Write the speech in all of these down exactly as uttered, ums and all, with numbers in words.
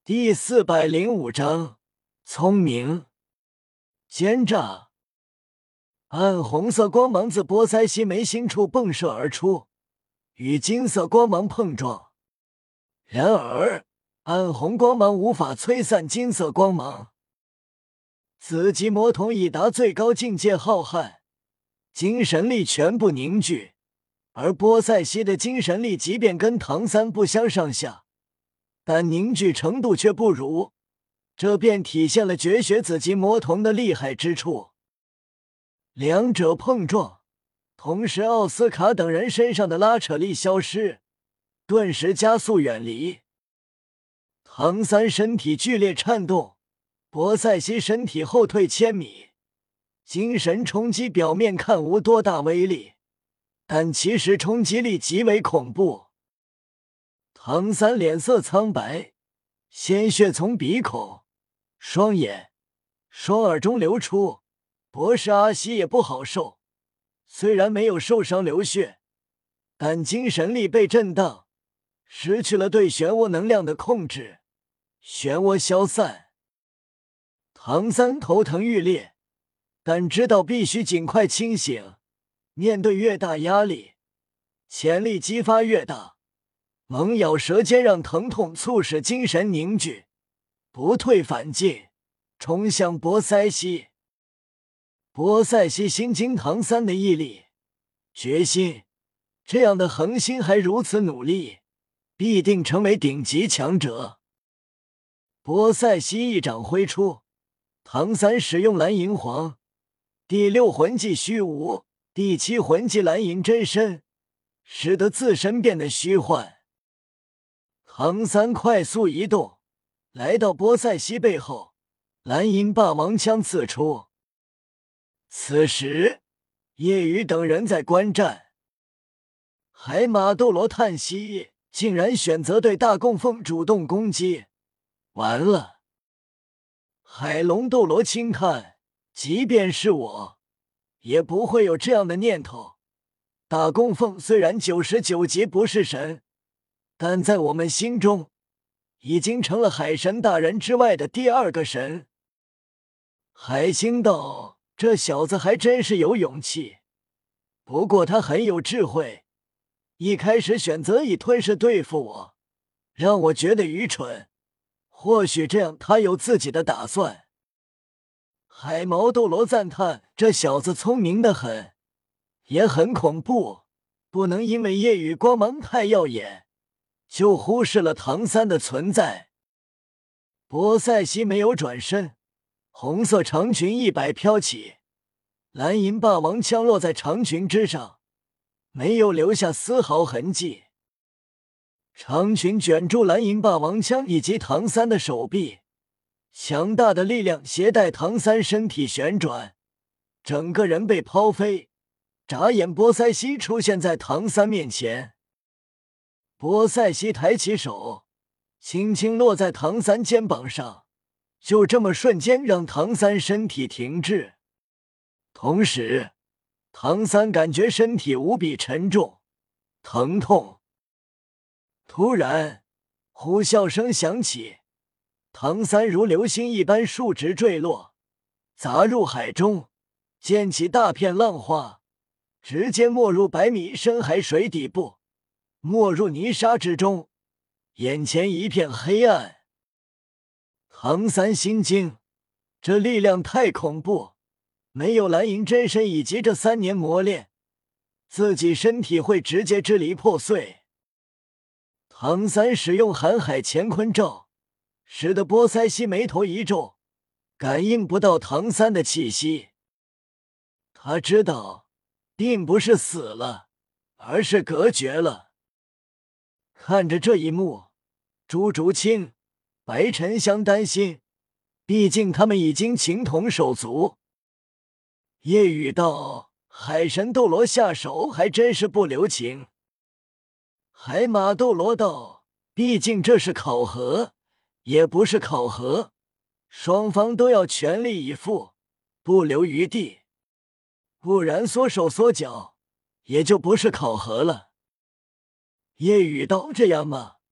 第四百零五章，聪明奸诈。暗红色光芒自波塞西眉心处迸射而出，与金色光芒碰撞。然而，暗红光芒无法摧散金色光芒。紫极魔瞳已达最高境界浩瀚，精神力全部凝聚，而波塞西的精神力即便跟唐三不相上下，但凝聚程度却不如，这便体现了绝学紫极魔瞳的厉害之处。两者碰撞，同时奥斯卡等人身上的拉扯力消失，顿时加速远离。唐三身体剧烈颤动，波塞西身体后退千米。精神冲击表面看无多大威力，但其实冲击力极为恐怖。唐三脸色苍白，鲜血从鼻孔、双眼、双耳中流出。博士阿西也不好受，虽然没有受伤流血，但精神力被震荡，失去了对漩涡能量的控制，漩涡消散。唐三头疼欲裂，但知道必须尽快清醒，面对越大压力，潜力激发越大。猛咬舌尖，让疼痛促使精神凝聚，不退反进，冲向波塞西。波塞西心惊唐三的毅力、决心，这样的恒心还如此努力，必定成为顶级强者。波塞西一掌挥出，唐三使用蓝银皇，第六魂技虚无，第七魂技蓝银真身，使得自身变得虚幻。唐三快速移动，来到波塞西背后，蓝银霸王枪刺出。此时，叶雨等人在观战。海马斗罗叹息，竟然选择对大供奉主动攻击，完了。海龙斗罗轻叹，即便是我，也不会有这样的念头。大供奉虽然九十九级不是神，但在我们心中，已经成了海神大人之外的第二个神。海星道，这小子还真是有勇气，不过他很有智慧，一开始选择以吞噬对付我，让我觉得愚蠢。或许这样他有自己的打算。海毛斗罗赞叹，这小子聪明得很，也很恐怖，不能因为夜雨光芒太耀眼，就忽视了唐三的存在。波塞西没有转身，红色长裙一摆飘起，蓝银霸王枪落在长裙之上，没有留下丝毫痕迹。长裙卷住蓝银霸王枪以及唐三的手臂，强大的力量携带唐三身体旋转，整个人被抛飞。眨眼，波塞西出现在唐三面前。波塞西抬起手，轻轻落在唐三肩膀上，就这么瞬间让唐三身体停滞。同时，唐三感觉身体无比沉重，疼痛。突然，呼啸声响起，唐三如流星一般竖直坠落，砸入海中，溅起大片浪花，直接没入百米深海水底部，没入泥沙之中，眼前一片黑暗。唐三心惊，这力量太恐怖，没有蓝银真身以及这三年磨练，自己身体会直接支离破碎。唐三使用寒海乾坤罩，使得波塞西眉头一皱，感应不到唐三的气息。他知道，并不是死了，而是隔绝了。看着这一幕，朱竹清、白沉香担心，毕竟他们已经情同手足。夜雨道，海神斗罗下手还真是不留情。海马斗罗道，毕竟这是考核，也不是考核，双方都要全力以赴，不留余地，不然缩手缩脚，也就不是考核了。夜雨道，这样吗？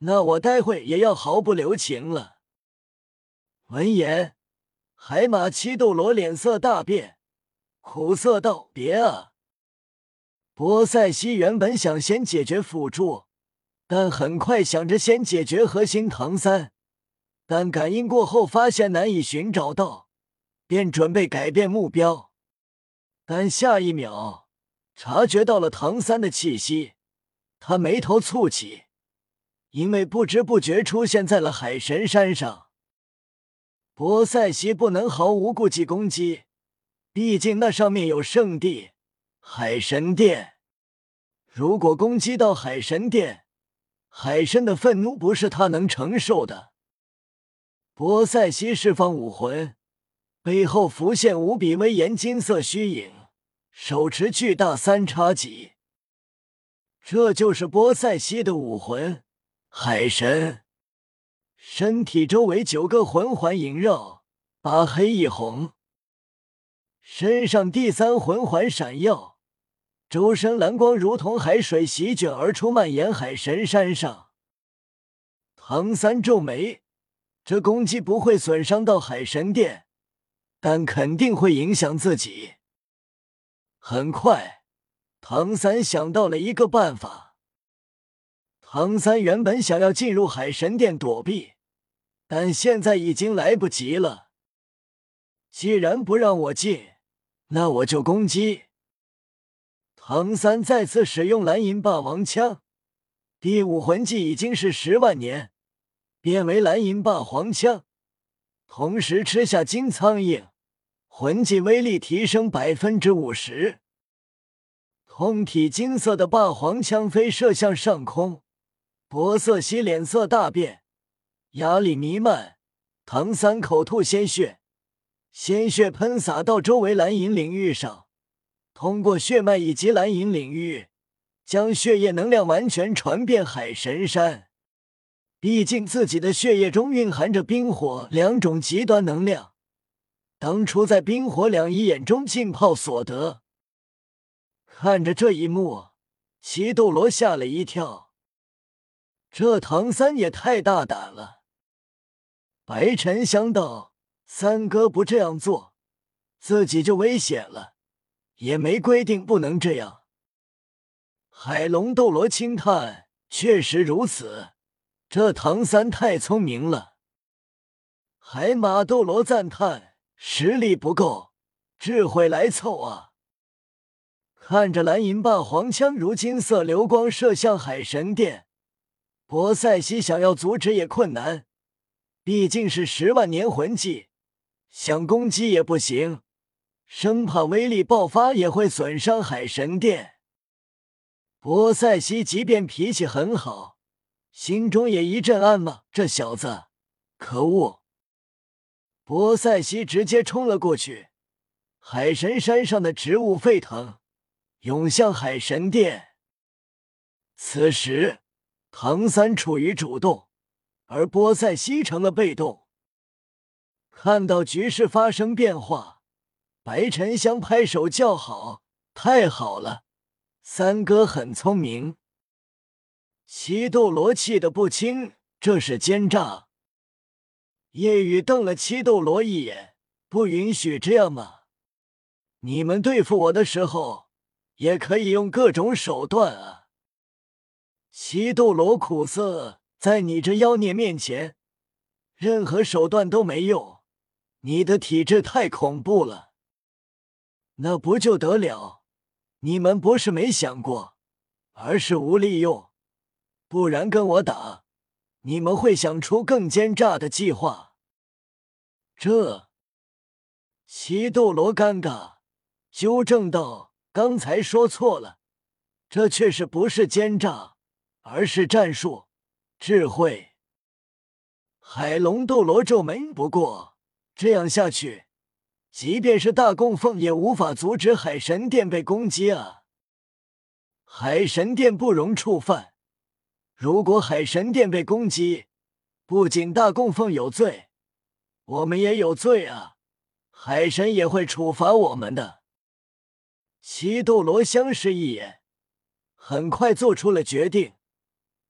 那我待会也要毫不留情了。闻言，海马七斗罗脸色大变，苦涩道：“别啊！”波塞西原本想先解决辅助，但很快想着先解决核心唐三，但感应过后发现难以寻找到，便准备改变目标。但下一秒察觉到了唐三的气息，他眉头蹙起，因为不知不觉出现在了海神山上。波塞西不能毫无顾忌攻击，毕竟那上面有圣地海神殿，如果攻击到海神殿，海神的愤怒不是他能承受的。波塞西释放武魂，背后浮现无比威严金色虚影，手持巨大三叉戟。这就是波塞西的武魂海神，身体周围九个魂环萦绕，八黑一红，身上第三魂环闪耀，周身蓝光如同海水席卷而出，蔓延海神山上。唐三皱眉，这攻击不会损伤到海神殿，但肯定会影响自己。很快，唐三想到了一个办法。唐三原本想要进入海神殿躲避，但现在已经来不及了。既然不让我进，那我就攻击。唐三再次使用蓝银霸王枪，第五魂技已经是十万年，变为蓝银霸皇枪，同时吃下金苍蝇，魂技威力提升 百分之五十。 通体金色的霸皇枪飞射向上空，波瑟西脸色大变，压力弥漫，唐三口吐鲜血，鲜血喷洒到周围蓝银领域上，通过血脉以及蓝银领域，将血液能量完全传遍海神山。毕竟自己的血液中蕴含着冰火两种极端能量，当初在冰火两仪眼中浸泡所得。看着这一幕，七斗罗吓了一跳，这唐三也太大胆了。白沉香道：“三哥不这样做，自己就危险了，也没规定不能这样。”海龙斗罗轻叹：“确实如此，这唐三太聪明了。”海马斗罗赞叹：“实力不够，智慧来凑啊！”看着蓝银霸皇枪如金色流光射向海神殿，波塞西想要阻止也困难，毕竟是十万年魂技，想攻击也不行，生怕威力爆发也会损伤海神殿。波塞西即便脾气很好，心中也一阵暗骂：这小子，可恶！波塞西直接冲了过去，海神山上的植物沸腾，涌向海神殿。此时，唐三处于主动，而波塞西成了被动。看到局势发生变化，白沉香拍手叫好：“太好了，三哥很聪明。”七斗罗气得不轻，这是奸诈。夜雨瞪了七斗罗一眼：“不允许这样吗？你们对付我的时候，也可以用各种手段啊。”七斗罗苦涩：“在你这妖孽面前，任何手段都没用，你的体质太恐怖了。”那不就得了？你们不是没想过，而是无力用，不然跟我打，你们会想出更奸诈的计划。这……七斗罗尴尬，纠正道：“刚才说错了，这确实不是奸诈，而是战术、智慧。”海龙斗罗皱眉：“不过这样下去，即便是大供奉也无法阻止海神殿被攻击啊！海神殿不容触犯，如果海神殿被攻击，不仅大供奉有罪，我们也有罪啊！海神也会处罚我们的。”七斗罗相视一眼，很快做出了决定。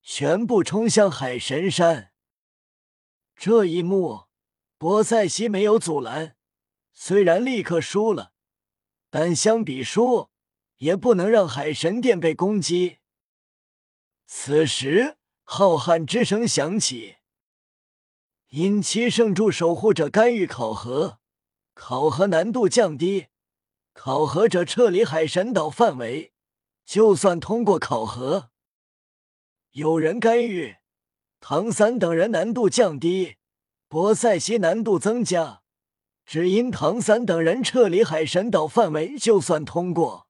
全部冲向海神山。这一幕，波塞西没有阻拦，虽然立刻输了，但相比输，也不能让海神殿被攻击。此时，浩瀚之声响起，因七圣柱守护者干预考核，考核难度降低，考核者撤离海神岛范围，就算通过考核。有人干预，唐三等人难度降低，波塞西难度增加，只因唐三等人撤离海神岛范围，就算通过。